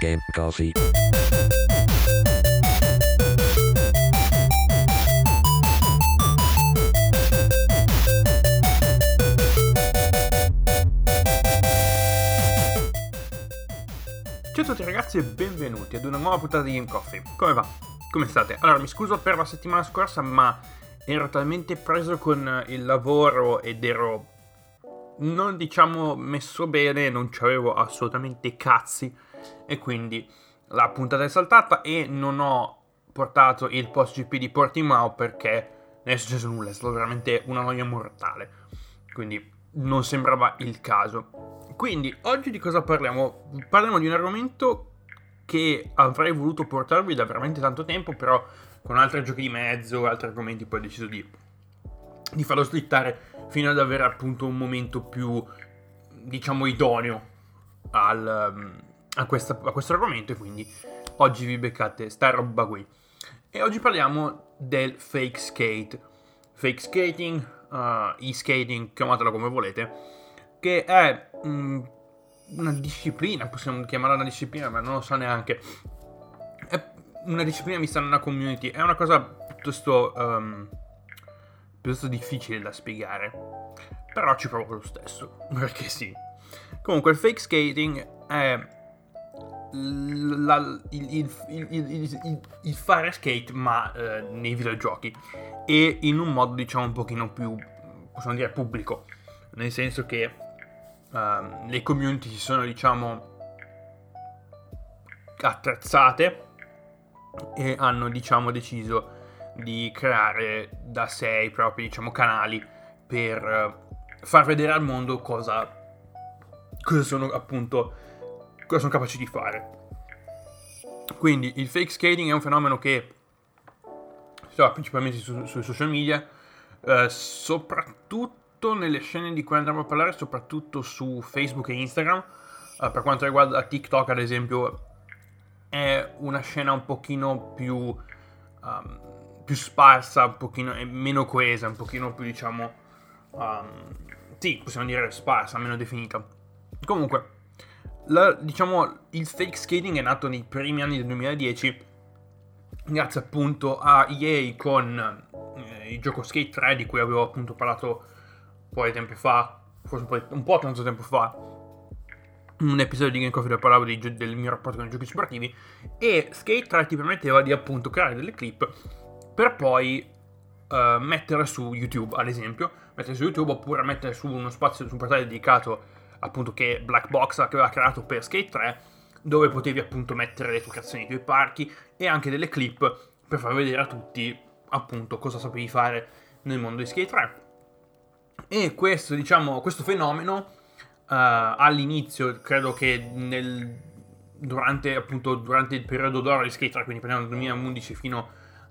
Game Coffee. Ciao a tutti ragazzi e benvenuti ad una nuova puntata di Game Coffee. Come va? Come state? Allora, mi scuso per la settimana scorsa, ma ero talmente preso con il lavoro ed ero non diciamo messo bene, non c'avevo assolutamente cazzi e quindi la puntata è saltata e non ho portato il post GP di Portimao perché non è successo nulla, è stato veramente una noia mortale, quindi non sembrava il caso. Quindi oggi di cosa parliamo? Parliamo di un argomento che avrei voluto portarvi da veramente tanto tempo, però con altri giochi di mezzo, altri argomenti, poi ho deciso di farlo slittare fino ad avere appunto un momento più, diciamo, idoneo a questo argomento, e quindi oggi vi beccate sta roba qui. E oggi parliamo del fake skate, fake skating, e-skating, chiamatela come volete, che è una disciplina, possiamo chiamarla una disciplina, ma non lo so neanche. È una disciplina vista nella community, è una cosa piuttosto difficile da spiegare, però ci provo lo stesso, perché sì. Comunque il fake skating è il fare skate ma nei videogiochi, e in un modo diciamo un pochino più, possiamo dire, pubblico, nel senso che le community si sono diciamo attrezzate e hanno diciamo deciso di creare da sé i propri diciamo canali per far vedere al mondo cosa sono appunto, cosa sono capaci di fare. Quindi il fake skating è un fenomeno che si trova principalmente sui social media, soprattutto nelle scene di cui andremo a parlare, soprattutto su Facebook e Instagram. Per quanto riguarda TikTok, ad esempio, è una scena un pochino più sparsa, un pochino meno coesa, un pochino più diciamo sì, possiamo dire sparsa, meno definita. Comunque diciamo il fake skating è nato nei primi anni del 2010 grazie appunto a EA con il gioco Skate 3, di cui avevo appunto parlato un po' di tempo fa, forse un po' tanto tempo fa, un episodio di Game Coffee dove parlavo del mio rapporto con i giochi sportivi. E Skate 3 ti permetteva di appunto creare delle clip per poi mettere su YouTube, ad esempio, mettere su YouTube, oppure mettere su uno spazio, su un portale dedicato appunto che Black Box aveva creato per Skate 3, dove potevi appunto mettere le tue creazioni, i tuoi parchi e anche delle clip per far vedere a tutti appunto cosa sapevi fare nel mondo di Skate 3. E questo fenomeno all'inizio, credo che durante il periodo d'oro di Skate 3, quindi parliamo del 2011 fino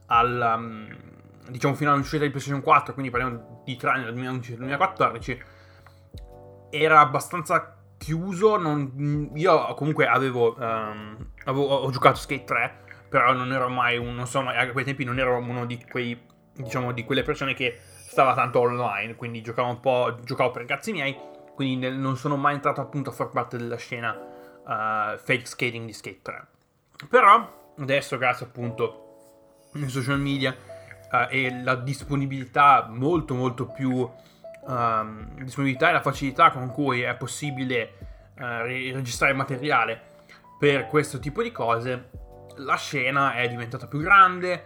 all'uscita di PlayStation 4, quindi parliamo di 3 anni, dal 2011 al 2014, era abbastanza chiuso. Io comunque ho giocato Skate 3, però non ero mai a quei tempi non ero uno di quei, diciamo, di quelle persone che stava tanto online, quindi giocavo per cazzi miei, quindi non sono mai entrato appunto a far parte della scena fake skating di Skate 3. Però adesso, grazie appunto ai social media e la disponibilità molto molto più disponibilità e la facilità con cui è possibile registrare materiale per questo tipo di cose, la scena è diventata più grande,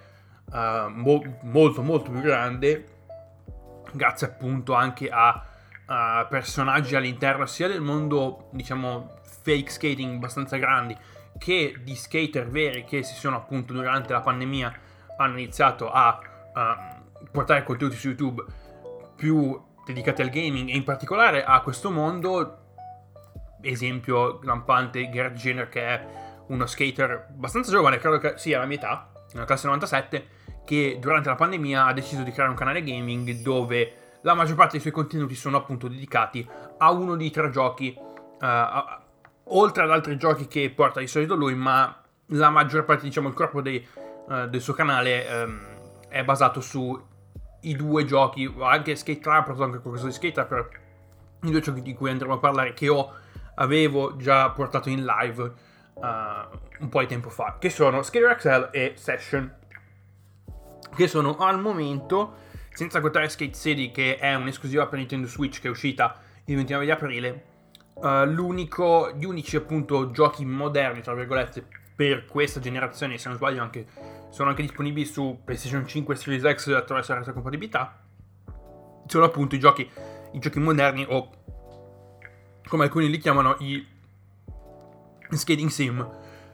molto molto più grande, grazie appunto anche a personaggi all'interno sia del mondo diciamo fake skating abbastanza grandi, che di skater veri che si sono appunto durante la pandemia hanno iniziato a portare contenuti su YouTube più dedicati al gaming e in particolare a questo mondo. Esempio lampante Garrett Jenner, che è uno skater abbastanza giovane, credo che sia la mia età, nella classe 97, che durante la pandemia ha deciso di creare un canale gaming dove la maggior parte dei suoi contenuti sono appunto dedicati a uno dei 3 giochi, oltre ad altri giochi che porta di solito lui, ma la maggior parte, diciamo, il corpo del suo canale è basato su i 2 giochi, anche Skate 3, ha portato anche qualcosa di Skate 3, però i 2 giochi di cui andremo a parlare, che avevo già portato in live un po' di tempo fa, che sono Skater XL e Session, che sono al momento, senza contare Skate City, che è un'esclusiva per Nintendo Switch che è uscita il 29 di aprile, gli unici appunto giochi moderni, tra virgolette, per questa generazione, se non sbaglio sono anche disponibili su PlayStation 5 e Series X attraverso la retrocompatibilità, sono appunto i giochi moderni, o come alcuni li chiamano i skating sim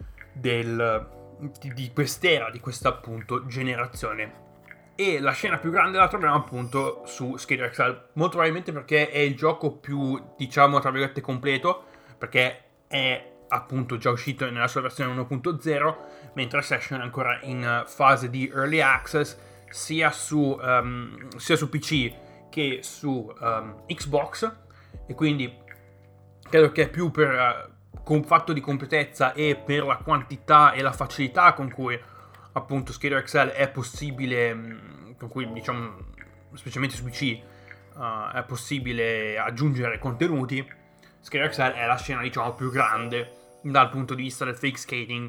di quest'era, di questa appunto generazione. E la scena più grande la troviamo appunto su Skater XL, molto probabilmente perché è il gioco più, diciamo, tra virgolette completo, perché è appunto già uscito nella sua versione 1.0, mentre Session è ancora in fase di early access sia su PC che su Xbox, e quindi credo che è più per con fatto di completezza e per la quantità e la facilità con cui appunto Skater XL è possibile, con cui diciamo specialmente su PC è possibile aggiungere contenuti. Skater XL è la scena diciamo più grande dal punto di vista del fake skating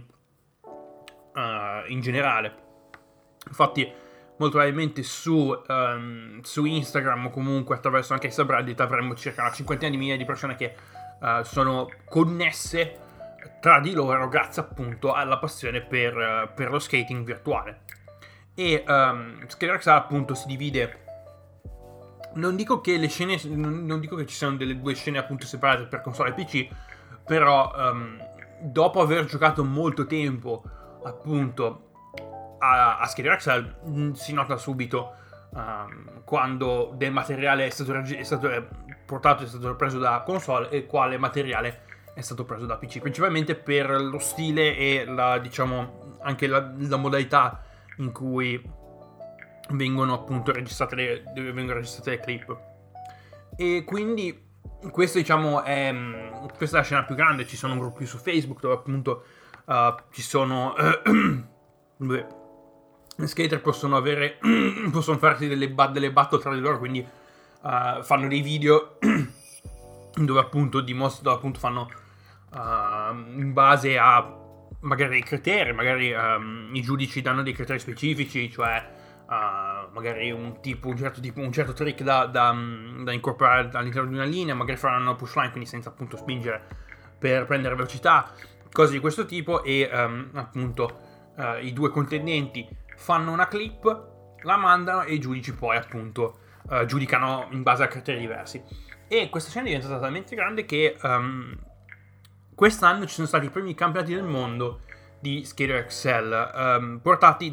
in generale. Infatti molto probabilmente su Instagram o comunque attraverso anche il subreddit avremo circa una cinquantina di migliaia di persone che sono connesse tra di loro grazie appunto alla passione per lo skating virtuale. E Skater XL appunto si divide, non dico che le scene, non dico che ci siano delle due scene appunto separate per console e PC, però dopo aver giocato molto tempo appunto a Skater XL si nota subito quando del materiale è stato portato, è stato preso da console e quale materiale è stato preso da PC, principalmente per lo stile e la, diciamo, anche la modalità in cui vengono appunto registrate le clip. E quindi questo diciamo questa è la scena più grande. Ci sono gruppi su Facebook dove appunto ci sono dove skater possono farsi delle battle tra di loro, quindi fanno dei video dove appunto dimostrano, appunto fanno in base a magari i criteri, magari i giudici danno dei criteri specifici, cioè magari un certo trick da incorporare all'interno di una linea, magari faranno una push line, quindi senza appunto spingere per prendere velocità, cose di questo tipo. E appunto i due contendenti fanno una clip, la mandano e i giudici poi appunto giudicano in base a criteri diversi. E questa scena è diventata talmente grande che quest'anno ci sono stati i primi campionati del mondo di Skater XL portati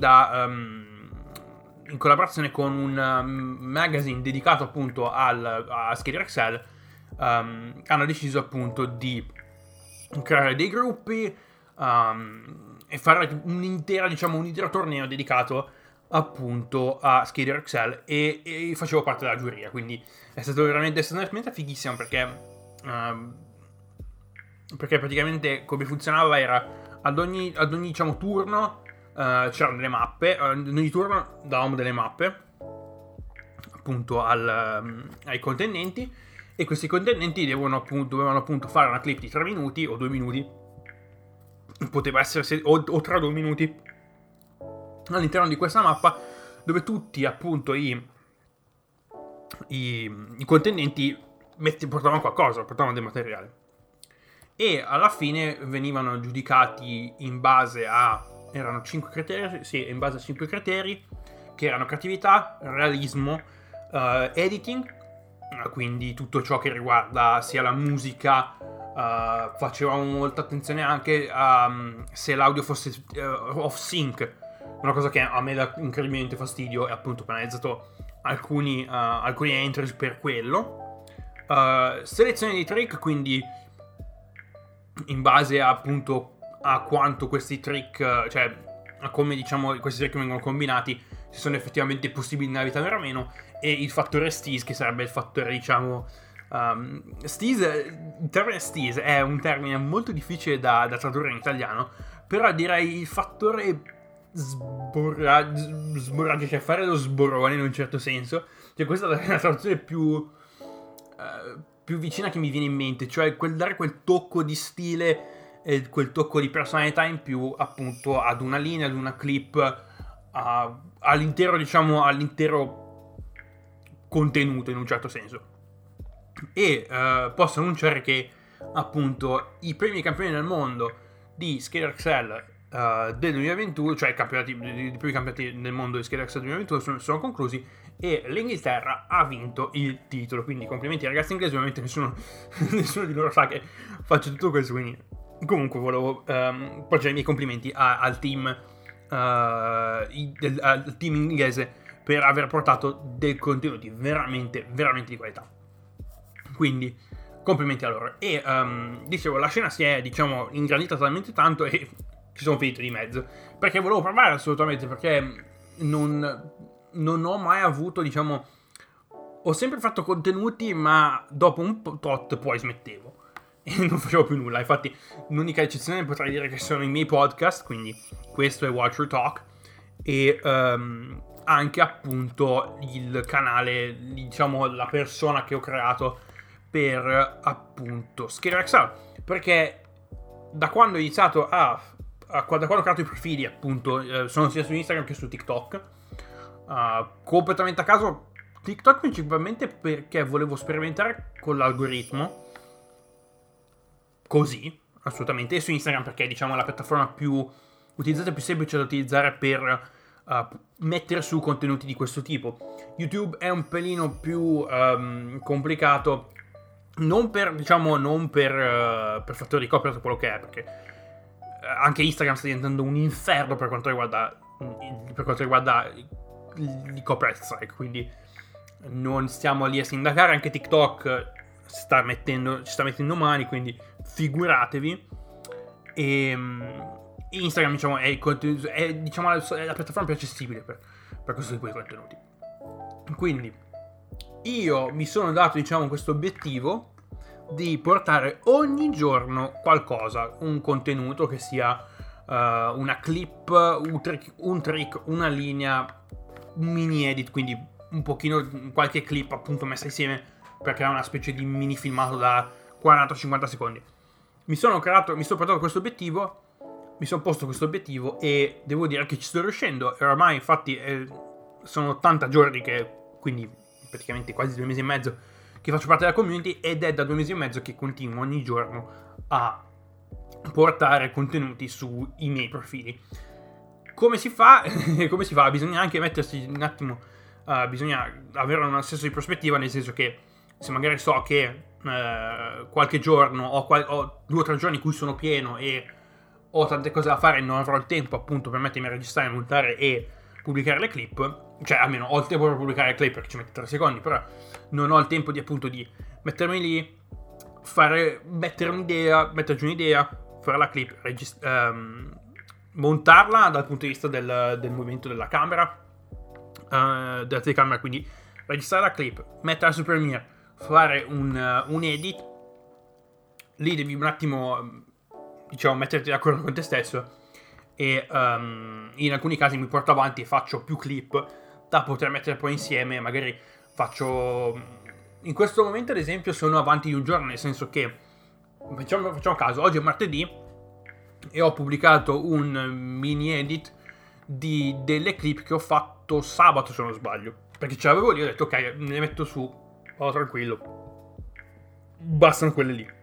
in collaborazione con un magazine dedicato appunto a Skater XL. Hanno deciso appunto di creare dei gruppi e fare un intero torneo dedicato appunto a Skater XL e facevo parte della giuria, quindi è stato veramente fighissimo perché praticamente come funzionava era ad ogni diciamo turno c'erano delle mappe, ad ogni turno davamo delle mappe appunto ai contendenti, e questi contendenti dovevano appunto fare una clip di 3 minuti o 2 minuti, poteva essere o tra 2 minuti, all'interno di questa mappa, dove tutti appunto i contendenti portavano qualcosa, portavano del materiale, e alla fine venivano giudicati in base a erano 5 criteri, sì, in base a 5 criteri che erano creatività, realismo, editing, quindi tutto ciò che riguarda sia la musica. Facevamo molta attenzione anche a se l'audio fosse off sync, una cosa che a me dà incredibilmente fastidio, e appunto penalizzato alcuni entries per quello. Selezione dei trick, quindi in base appunto a quanto questi trick, cioè a come diciamo questi trick vengono combinati, se sono effettivamente possibili nella vita vera o meno, e il fattore steeze, che sarebbe il fattore diciamo steeze. Il termine steeze è un termine molto difficile da tradurre in italiano, però direi il fattore sborraggio, cioè fare lo sborone in un certo senso, cioè questa è la traduzione più vicina che mi viene in mente, cioè dare quel tocco di stile quel tocco di personalità in più appunto ad una linea, ad una clip, all'intero contenuto in un certo senso. E posso annunciare che appunto i primi campioni del mondo di ScaterXL del 2021, cioè i primi campionati del mondo di ScaterXL 2021 sono conclusi e l'Inghilterra ha vinto il titolo, quindi complimenti ai ragazzi inglesi. Ovviamente nessuno di loro sa che faccio tutto questo, quindi comunque volevo porgere i miei complimenti al team inglese per aver portato dei contenuti veramente veramente di qualità, quindi complimenti a loro. E dicevo, la scena si è ingrandita talmente tanto e ci sono finito di mezzo perché volevo provare assolutamente, perché non ho mai avuto, ho sempre fatto contenuti, ma dopo un tot poi smettevo e non facevo più nulla. Infatti l'unica eccezione potrei dire che sono i miei podcast, quindi questo è Watch Your Talk, e anche appunto il canale, la persona che ho creato per appunto ScaterXL, perché da quando ho iniziato da quando ho creato i profili appunto sono sia su Instagram che su TikTok, completamente a caso. TikTok principalmente perché volevo sperimentare con l'algoritmo, così assolutamente, e su Instagram perché è la piattaforma più utilizzata e più semplice da utilizzare per mettere su contenuti di questo tipo. YouTube è un pelino più complicato, non per fattori di copyright o quello che è, perché anche Instagram sta diventando un inferno per quanto riguarda il copyright strike, quindi non stiamo lì a sindacare. Anche TikTok ci sta mettendo mani, quindi figuratevi. E Instagram è la piattaforma più accessibile per questo tipo di contenuti. Quindi io mi sono dato questo obiettivo di portare ogni giorno qualcosa, un contenuto che sia una clip, un trick, una linea, un mini edit, quindi un pochino qualche clip appunto messa insieme per creare una specie di mini filmato da 40-50 secondi. Mi sono portato questo obiettivo, mi sono posto questo obiettivo e devo dire che ci sto riuscendo. E ormai infatti sono 80 giorni quindi praticamente quasi 2 mesi e mezzo che faccio parte della community, ed è da 2 mesi e mezzo che continuo ogni giorno a portare contenuti sui miei profili. Come si fa? Bisogna anche mettersi un attimo, bisogna avere un senso di prospettiva, nel senso che se magari so che qualche giorno ho 2 o 3 giorni in cui sono pieno e ho tante cose da fare e non avrò il tempo appunto per mettermi a registrare, montare e pubblicare le clip, cioè almeno ho il tempo per pubblicare le clip perché ci mette 3 secondi, però non ho il tempo di mettermi lì, metterci un'idea, fare la clip, montarla dal punto di vista del movimento della camera, della telecamera, quindi registrare la clip, metterla su Premiere, fare un edit. Lì devi un attimo metterti d'accordo con te stesso, e in alcuni casi mi porto avanti e faccio più clip da poter mettere poi insieme. Magari in questo momento ad esempio sono avanti di un giorno, nel senso che facciamo caso, oggi è martedì e ho pubblicato un mini edit delle clip che ho fatto sabato, se non sbaglio, perché ce l'avevo lì, ho detto ok, ne metto su, vado tranquillo, bastano quelle lì.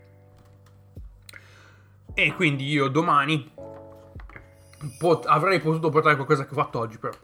E quindi io domani avrei potuto portare qualcosa che ho fatto oggi, però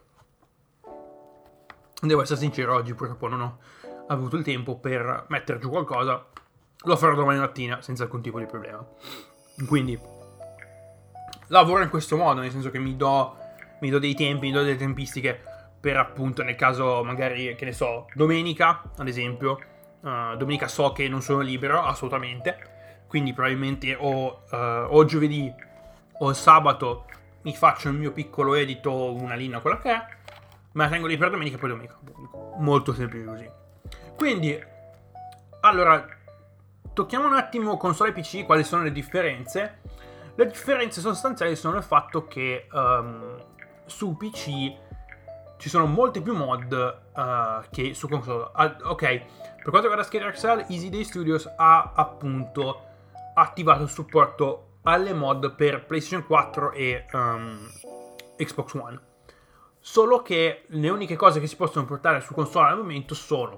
devo essere sincero, oggi purtroppo non ho avuto il tempo per mettere giù qualcosa. Lo farò domani mattina senza alcun tipo di problema. Quindi lavoro in questo modo, nel senso che mi do dei tempi, mi do delle tempistiche per appunto, nel caso magari, che ne so, domenica ad esempio, domenica so che non sono libero assolutamente, quindi probabilmente o giovedì o il sabato mi faccio il mio piccolo edit o una linea, quella che è, me la tengo lì per domenica e poi domenica pubblico. Molto semplice così. Quindi, allora, tocchiamo un attimo console e PC, quali sono le differenze. Le differenze sostanziali sono il fatto che su PC ci sono molti più mod che su console. Ok, per quanto riguarda ScaterXL, Easy Day Studios ha appunto attivato il supporto alle mod per PlayStation 4 e Xbox One. Solo che le uniche cose che si possono portare su console al momento sono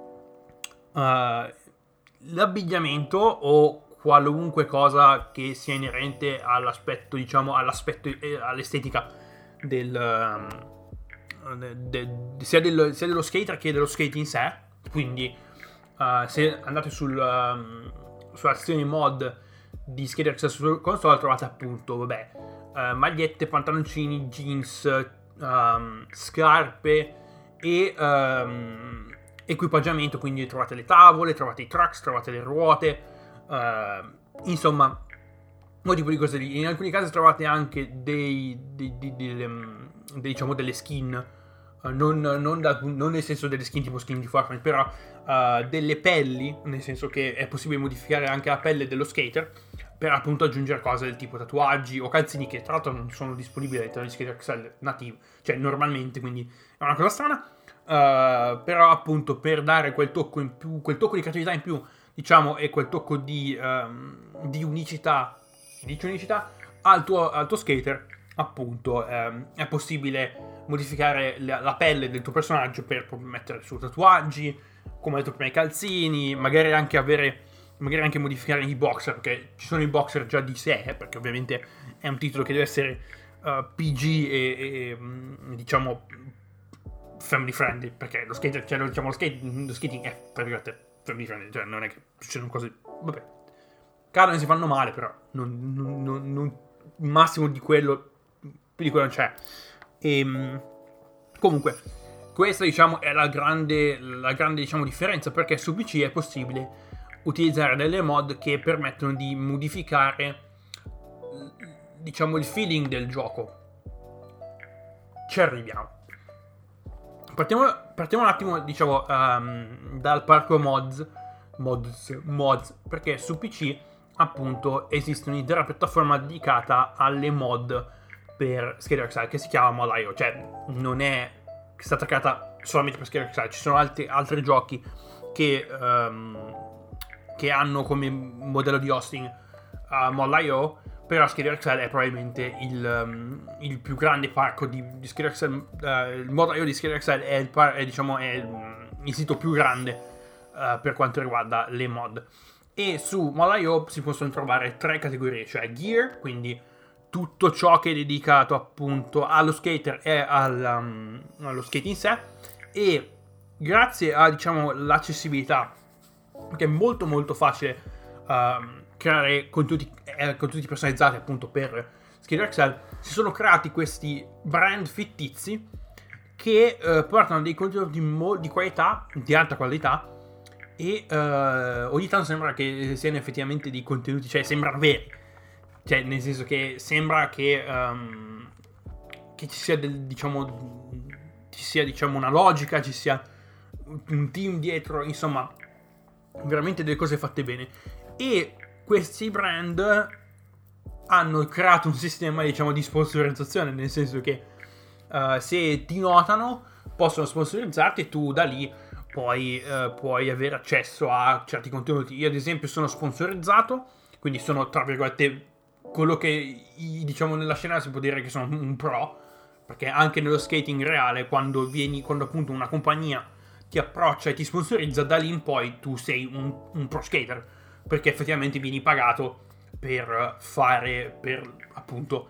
l'abbigliamento o qualunque cosa che sia inerente all'aspetto, diciamo, all'estetica sia dello skater che dello skate in sé. Quindi se andate sulla sezione mod di Skater XL su console trovate appunto magliette, pantaloncini, jeans, scarpe e equipaggiamento. Quindi trovate le tavole, trovate i trucks, trovate le ruote, insomma un tipo di cose lì. In alcuni casi trovate anche diciamo delle skin, non nel senso delle skin tipo skin di Fortnite, però delle pelli, nel senso che è possibile modificare anche la pelle dello skater per appunto aggiungere cose del tipo tatuaggi o calzini, che tra l'altro non sono disponibili all'interno di Skater XL nativo, cioè normalmente, quindi è una cosa strana. Però appunto per dare quel tocco in più, quel tocco di creatività in più, diciamo, e quel tocco di unicità al tuo skater, appunto è possibile modificare la pelle del tuo personaggio per mettere su tatuaggi, come ho detto prima, i calzini, magari anche modificare i boxer, perché ci sono i boxer già di sé, perché ovviamente è un titolo che deve essere PG e diciamo family friendly, perché lo skating è tra virgolette family friendly, cioè non è che succedono cose, vabbè, cadono e si fanno male, però non il massimo di quello, più di quello non c'è. E comunque questa, diciamo, è la grande diciamo differenza, perché su PC è possibile utilizzare delle mod che permettono di modificare, diciamo, il feeling del gioco. Ci arriviamo. Partiamo un attimo, diciamo, dal parco mods, perché su PC appunto esiste un'intera piattaforma dedicata alle mod per Skater XL che si chiama Mod.io, cioè non è stata creata solamente per Skater XL, ci sono altri giochi che hanno come modello di hosting Mod.io, però Skater XL è probabilmente il più grande parco di Skater XL. Il Mod.io di Skater XL è il sito più grande per quanto riguarda le mod. E su Mod.io si possono trovare 3 categorie, cioè gear, quindi tutto ciò che è dedicato appunto allo skater e allo skate in sé, e grazie a, diciamo, l'accessibilità, perché è molto molto facile creare contenuti personalizzati appunto per Skater XL, si sono creati questi brand fittizi che portano dei contenuti di qualità, di alta qualità, e ogni tanto sembra che siano effettivamente dei contenuti, cioè sembra veri, cioè nel senso che sembra che ci sia diciamo una logica, ci sia un team dietro, insomma veramente delle cose fatte bene. E questi brand hanno creato un sistema, diciamo, di sponsorizzazione, nel senso che se ti notano possono sponsorizzarti e tu da lì puoi avere accesso a certi contenuti. Io ad esempio sono sponsorizzato, quindi sono, tra virgolette, quello che, diciamo, nella scena si può dire che sono un pro, perché anche nello skating reale, quando appunto una compagnia ti approccia e ti sponsorizza, da lì in poi tu sei un pro skater, perché effettivamente vieni pagato per appunto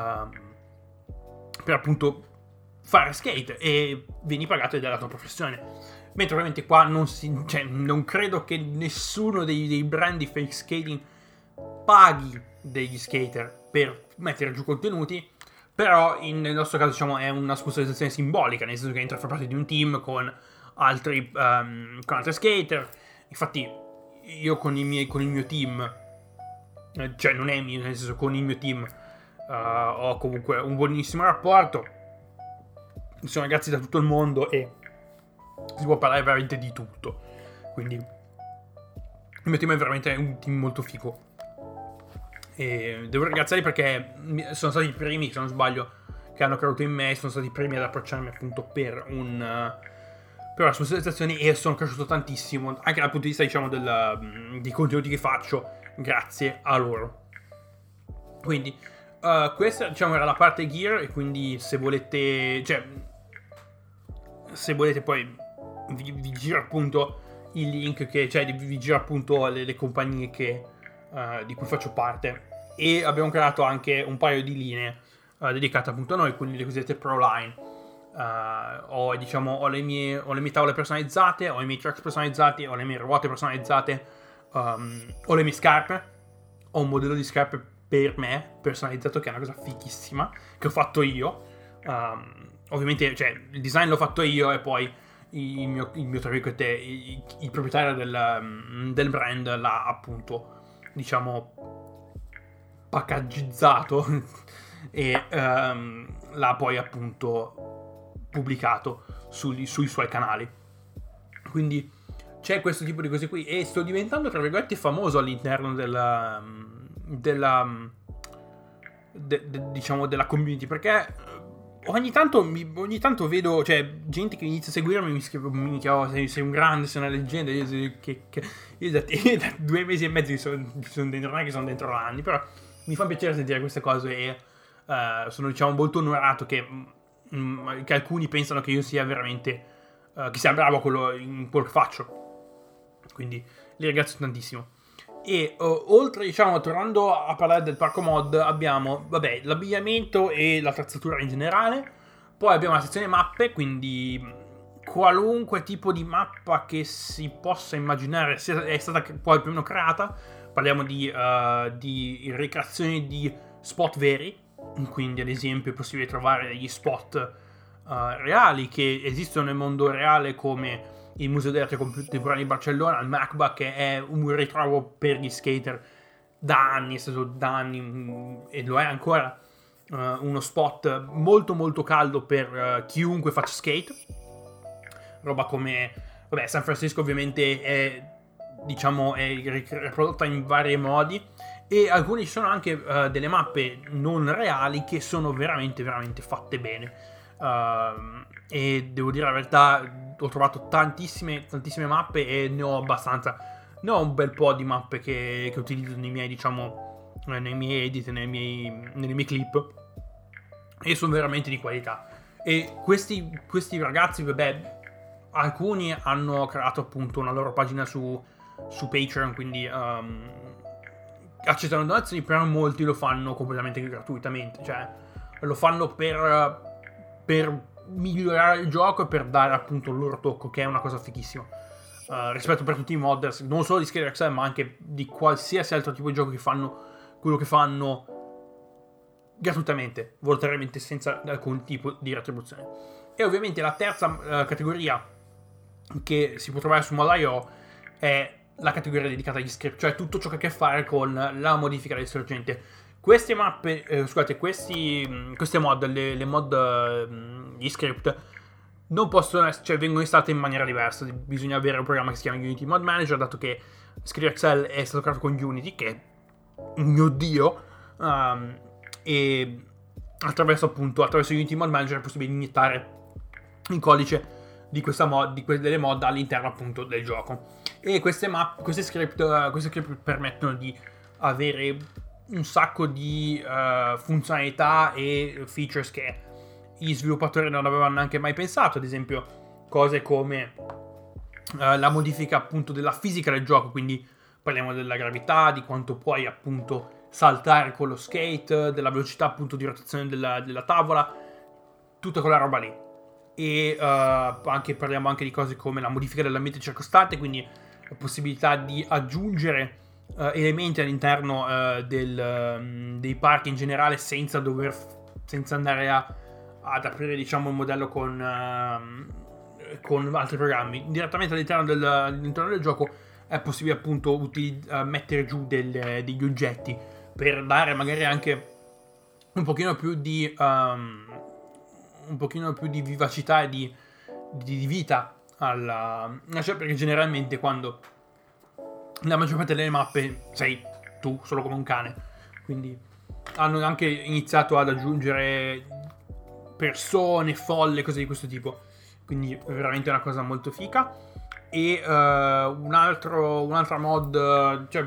fare skate, e vieni pagato dalla tua professione. Mentre ovviamente qua non credo che nessuno dei brand di fake skating paghi degli skater per mettere giù contenuti, però nel nostro caso, diciamo, è una sponsorizzazione simbolica, nel senso che entra a far parte di un team con altri skater. Infatti io con il mio team, cioè non è mio, nel senso, con il mio team ho comunque un buonissimo rapporto, sono ragazzi da tutto il mondo e si può parlare veramente di tutto, quindi il mio team è veramente un team molto figo e devo ringraziarli perché sono stati i primi, se non sbaglio, che hanno creduto in me, sono stati i primi ad approcciarmi appunto per la sponsorizzazione, e sono cresciuto tantissimo anche dal punto di vista, diciamo, dei contenuti che faccio grazie a loro. Quindi questa, diciamo, era la parte gear, e quindi se volete poi vi giro appunto il link, vi giro appunto le compagnie di cui faccio parte, e abbiamo creato anche un paio di linee dedicate appunto a noi, quindi le cosiddette Pro Line. Ho le mie tavole personalizzate, ho i miei tracks personalizzati, ho le mie ruote personalizzate, ho le mie scarpe, ho un modello di scarpe per me personalizzato, che è una cosa fighissima, che ho fatto io. Ovviamente, il design l'ho fatto io, e poi il mio tra virgolette, il proprietario del brand l'ha appunto, diciamo, packagizzato e l'ha poi appunto pubblicato sui suoi canali. Quindi c'è questo tipo di cose qui, e sto diventando tra virgolette famoso all'interno della community, perché ogni tanto vedo, gente che inizia a seguirmi, mi scrive: sei un grande, sei una leggenda. Io da 2 mesi e mezzo sono dentro, non è che sono dentro anni, però mi fa piacere sentire queste cose, e sono, diciamo, molto onorato che alcuni pensano che io sia veramente che sia bravo in quello che faccio. Quindi li ringrazio tantissimo. E oltre, diciamo, tornando a parlare del parco mod, abbiamo, l'abbigliamento e l'attrezzatura in generale. Poi abbiamo la sezione mappe, quindi qualunque tipo di mappa che si possa immaginare è stata poi più o meno creata. Parliamo di ricreazioni di spot veri, quindi ad esempio è possibile trovare degli spot reali che esistono nel mondo reale, come il Museo d'Arte Contemporanea di Barcellona, il MACBA, che è un ritrovo per gli skater da anni, è stato da anni, e lo è ancora, uno spot molto molto caldo per chiunque faccia skate. Roba come, San Francisco ovviamente è riprodotta in vari modi, e alcuni ci sono anche delle mappe non reali che sono veramente veramente fatte bene, e devo dire la verità, ho trovato tantissime mappe, e ne ho un bel po' di mappe che utilizzo nei miei, diciamo, nei miei edit, nelle mie clip, e sono veramente di qualità. E questi ragazzi, alcuni hanno creato appunto una loro pagina su Patreon, quindi accettano donazioni, però molti lo fanno completamente gratuitamente, lo fanno per migliorare il gioco e per dare appunto il loro tocco, che è una cosa fighissima, rispetto per tutti i modders, non solo di SkaterXL ma anche di qualsiasi altro tipo di gioco, che fanno quello che fanno gratuitamente, volontariamente, senza alcun tipo di retribuzione. E ovviamente la terza categoria che si può trovare su Mod.io è la categoria dedicata agli script, cioè tutto ciò che ha a che fare con la modifica del sorgente. Queste mappe, queste mod, le mod, gli script, non possono essere, vengono installate in maniera diversa. Bisogna avere un programma che si chiama Unity Mod Manager, dato che SkaterXL è stato creato con Unity, che è un mio dio, e attraverso Unity Mod Manager è possibile iniettare il codice di questa delle mod all'interno appunto del gioco. E questi script permettono di avere un sacco di funzionalità e features che gli sviluppatori non avevano neanche mai pensato. Ad esempio cose come la modifica appunto della fisica del gioco, quindi parliamo della gravità, di quanto puoi appunto saltare con lo skate, della velocità appunto di rotazione della tavola, tutta quella roba lì. E parliamo anche di cose come la modifica dell'ambiente circostante, quindi la possibilità di aggiungere elementi all'interno dei parchi in generale, senza andare ad aprire, diciamo, il modello con altri programmi. Direttamente all'interno del gioco è possibile appunto mettere giù degli oggetti per dare magari anche un pochino più di vivacità e di vita perché generalmente quando la maggior parte delle mappe sei tu solo come un cane, quindi hanno anche iniziato ad aggiungere persone, folle, cose di questo tipo, quindi è veramente una cosa molto figa. E un'altra mod,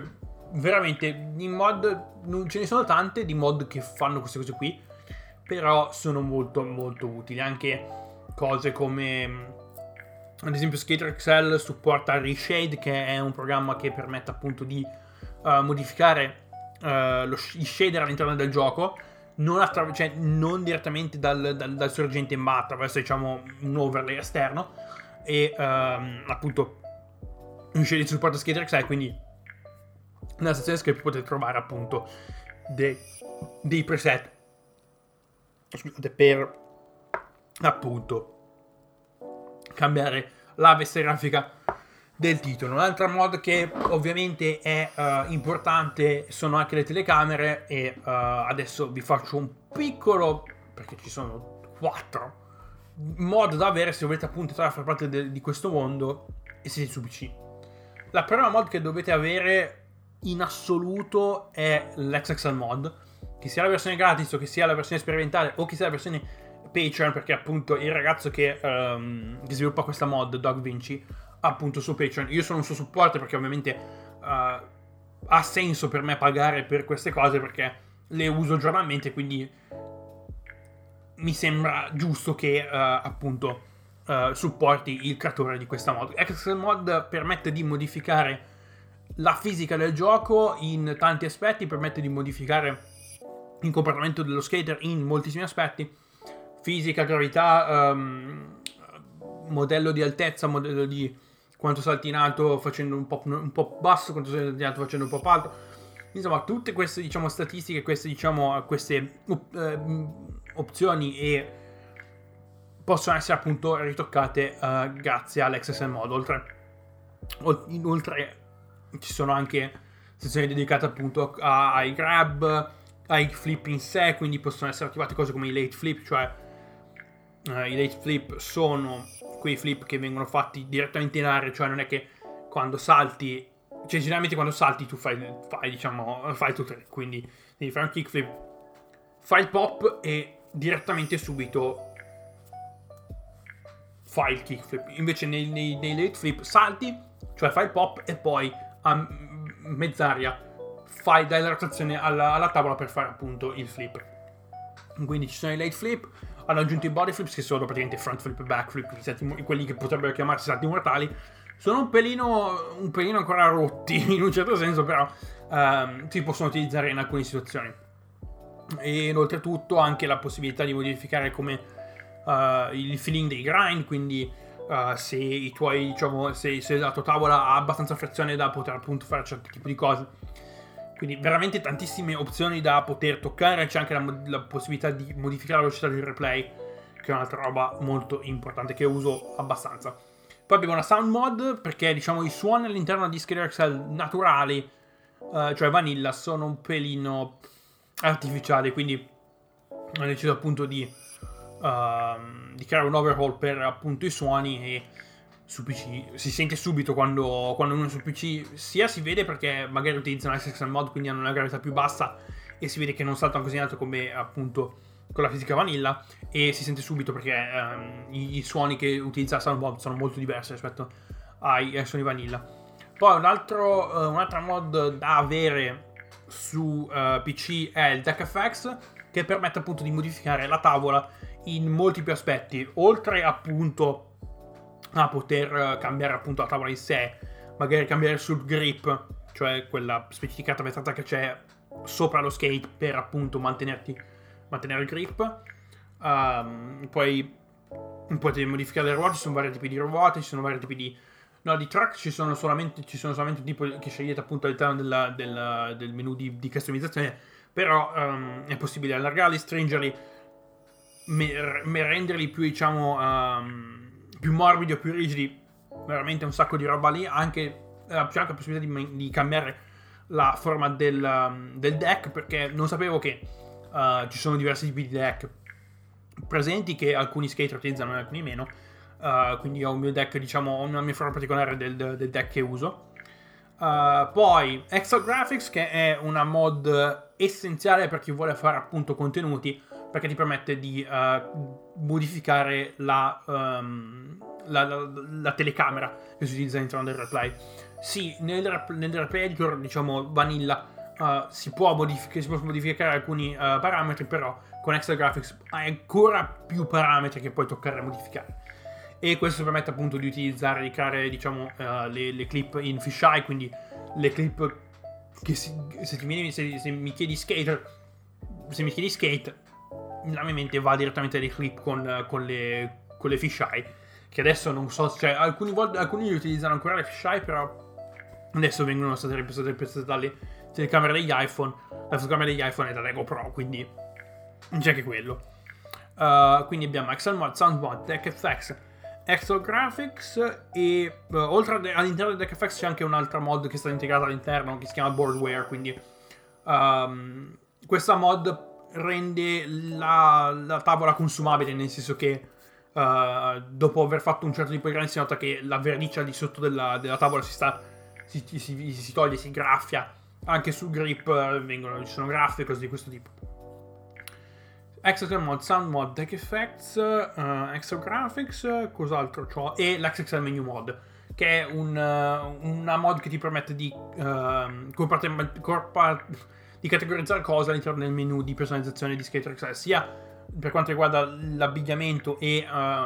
veramente in mod non ce ne sono tante di mod che fanno queste cose qui, però sono molto molto utili. Anche cose come ad esempio Skater XL supporta Reshade, che è un programma che permette appunto di modificare i shader all'interno del gioco, non direttamente dal sorgente in batta, attraverso diciamo un overlay esterno, e appunto un shader supporta Skater XL, quindi nella sezione script potete trovare appunto dei preset, scusate, per appunto cambiare la veste grafica del titolo. Un'altra mod che ovviamente è importante sono anche le telecamere, e adesso vi faccio un piccolo, perché ci sono 4 mod da avere se volete appunto entrare a far parte di questo mondo e siete su PC. La prima mod che dovete avere in assoluto è l'XXL mod, che sia la versione gratis o che sia la versione sperimentale o che sia la versione Patreon, perché appunto il ragazzo che sviluppa questa mod, Dog Vinci, appunto su Patreon. Io sono un suo supporter perché ovviamente ha senso per me pagare per queste cose, perché le uso giornalmente, quindi mi sembra giusto che appunto supporti il creatore di questa mod. XXL mod permette di modificare la fisica del gioco in tanti aspetti, permette di modificare il comportamento dello skater in moltissimi aspetti: fisica, gravità, modello di altezza, modello di quanto salti in alto facendo un po' basso, quanto salti in alto facendo un po' alto. Insomma, tutte queste diciamo statistiche, queste opzioni e possono essere appunto ritoccate grazie all'XSL mod. Inoltre ci sono anche sezioni dedicate appunto ai grab, ai flip in sé, quindi possono essere attivate cose come i late flip, cioè i late flip sono quei flip che vengono fatti direttamente in aria, cioè non è che quando salti, cioè generalmente quando salti tu fai tutto, quindi devi fare un kickflip, fai il pop e direttamente subito fai il kickflip. Invece nei late flip salti, cioè fai il pop e poi a mezz'aria dai la rotazione alla tavola per fare appunto il flip. Quindi ci sono i late flip. Hanno aggiunto i body flips, che sono praticamente front flip e back flip, quelli che potrebbero chiamarsi salti mortali. Sono un pelino ancora rotti in un certo senso, però si possono utilizzare in alcune situazioni. E oltretutto anche la possibilità di modificare come il feeling dei grind, quindi se i tuoi, diciamo, se la tua tavola ha abbastanza frizione da poter appunto fare certi tipi di cose. Quindi veramente tantissime opzioni da poter toccare. C'è anche la possibilità di modificare la velocità del replay, che è un'altra roba molto importante che uso abbastanza. Poi abbiamo una sound mod, perché diciamo i suoni all'interno di Skater XL naturali, cioè vanilla, sono un pelino artificiali, quindi ho deciso appunto di creare un overhaul per appunto i suoni, e su PC si sente subito quando uno è su PC, sia si vede perché magari utilizzano XXL mod, quindi hanno una gravità più bassa e si vede che non saltano così in alto come appunto con la fisica vanilla, e si sente subito perché i suoni che utilizza la sound mod sono molto diversi rispetto ai suoni vanilla. Poi un'altra mod da avere su PC è il Deck FX, che permette appunto di modificare la tavola in molti più aspetti, oltre appunto a poter cambiare appunto la tavola in sé, magari cambiare sul grip, cioè quella specificata vetrata che c'è sopra lo skate per appunto mantenere il grip. Poi potete modificare le ruote, ci sono vari tipi di ruote, ci sono vari tipi di track, ci sono solamente tipo che scegliete appunto all'interno del menu di customizzazione, però è possibile allargarli, stringerli, renderli più, diciamo, più morbidi o più rigidi, veramente un sacco di roba lì. C'è anche la possibilità di cambiare la forma del deck, perché non sapevo che ci sono diversi tipi di deck presenti, che alcuni skater utilizzano e alcuni meno. Quindi ho un mio deck, diciamo, ho una mia forma particolare del deck che uso. Poi Extra Graphics, che è una mod essenziale per chi vuole fare appunto contenuti, perché ti permette di modificare la telecamera che si utilizza all'interno del replay. Sì, nel replay editor, diciamo vanilla, si può modificare alcuni parametri, però con Extra Graphics hai ancora più parametri che puoi toccare e modificare. E questo permette appunto di utilizzare, di creare, diciamo, le clip in fisheye, quindi le clip che se mi chiedi skate, la mia mente va direttamente alle clip con le fisheye, che adesso non so, cioè alcuni li utilizzano ancora le fisheye, però adesso vengono state riprese dalle telecamere degli iPhone. La fotocamera degli iPhone è da GoPro, quindi c'è anche quello. Quindi abbiamo Excel Mod, Sound Mod, DeckFX, Extra Graphics e oltre all'interno di DeckFX c'è anche un'altra mod che è stata integrata all'interno che si chiama Boardware, quindi questa mod rende la tavola consumabile, nel senso che dopo aver fatto un certo tipo di grani si nota che la vernice di sotto della tavola si toglie, si graffia. Anche sul grip ci sono graffie e cose di questo tipo. Extra Mod, Sound Mod, Deck Effects, Extra Graphics, cos'altro c'ho? E l'XXL Menu Mod, che è una mod che ti permette di categorizzare cose all'interno del menu di personalizzazione di Skater XL, sia per quanto riguarda l'abbigliamento e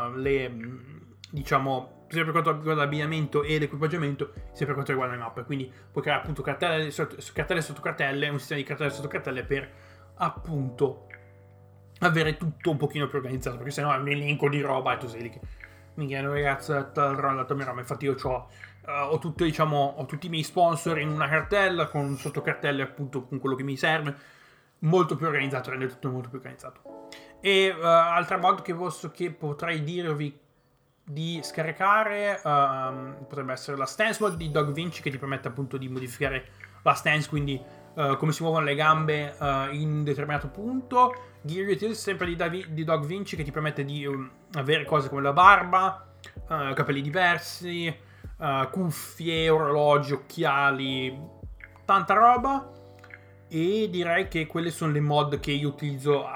sia per quanto riguarda l'abbigliamento e l'equipaggiamento, sia per quanto riguarda le mappe. Quindi puoi creare appunto cartelle sotto cartelle, un sistema di cartelle sotto cartelle per appunto avere tutto un pochino più organizzato, perché sennò è un elenco di roba e tu sei lì che mi chiedo, ragazzi, la mia roba. Infatti io ho tutti i miei sponsor in una cartella con sottocartelle appunto con quello che mi serve, molto più organizzato, rende tutto molto più organizzato. E altra mod che potrei dirvi di scaricare potrebbe essere la stance mod di Dog Vinci, che ti permette appunto di modificare la stance, quindi come si muovono le gambe in un determinato punto. Gear Utils sempre di Dog Vinci, che ti permette di avere cose come la barba, capelli diversi, cuffie, orologi, occhiali, tanta roba. E direi che quelle sono le mod che io utilizzo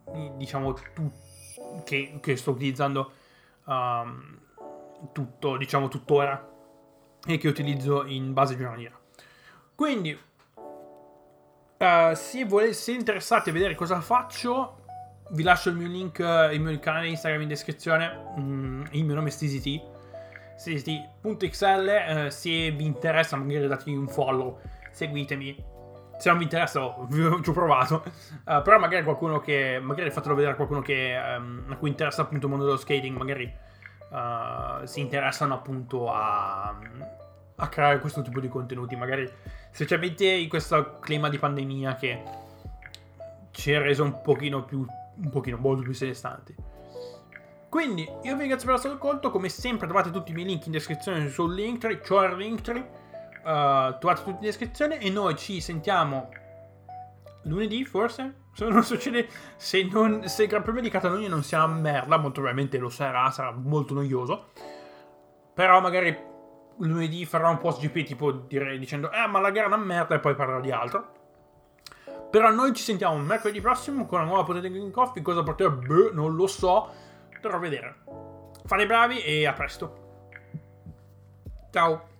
che sto utilizzando tuttora e che utilizzo in base giornaliera. Quindi se interessati a vedere cosa faccio, vi lascio il mio canale Instagram in descrizione. Il mio nome è SteasyT.xl. Se vi interessa magari dategli un follow, seguitemi. Se non vi interessa, ci ho provato. Però magari fatelo vedere a qualcuno a cui interessa appunto il mondo dello skating. Magari si interessano appunto a creare questo tipo di contenuti. Magari specialmente in questo clima di pandemia che ci ha reso molto più sedestanti. Quindi io vi ringrazio per essere ascolto. Come sempre trovate tutti i miei link in descrizione sul Linktree. C'ho il Linktree. Trovate tutti in descrizione e noi ci sentiamo lunedì, forse, se non succede, se il Gran Premio di Catalogna non sia una merda, molto probabilmente lo sarà molto noioso, però magari lunedì farò un post GP tipo dicendo ma la gara è una merda, e poi parlerò di altro. Però noi ci sentiamo mercoledì prossimo con una nuova Potato King Coffee. Cosa porterò? Non lo so, dovrò vedere. Fate bravi e a presto. Ciao.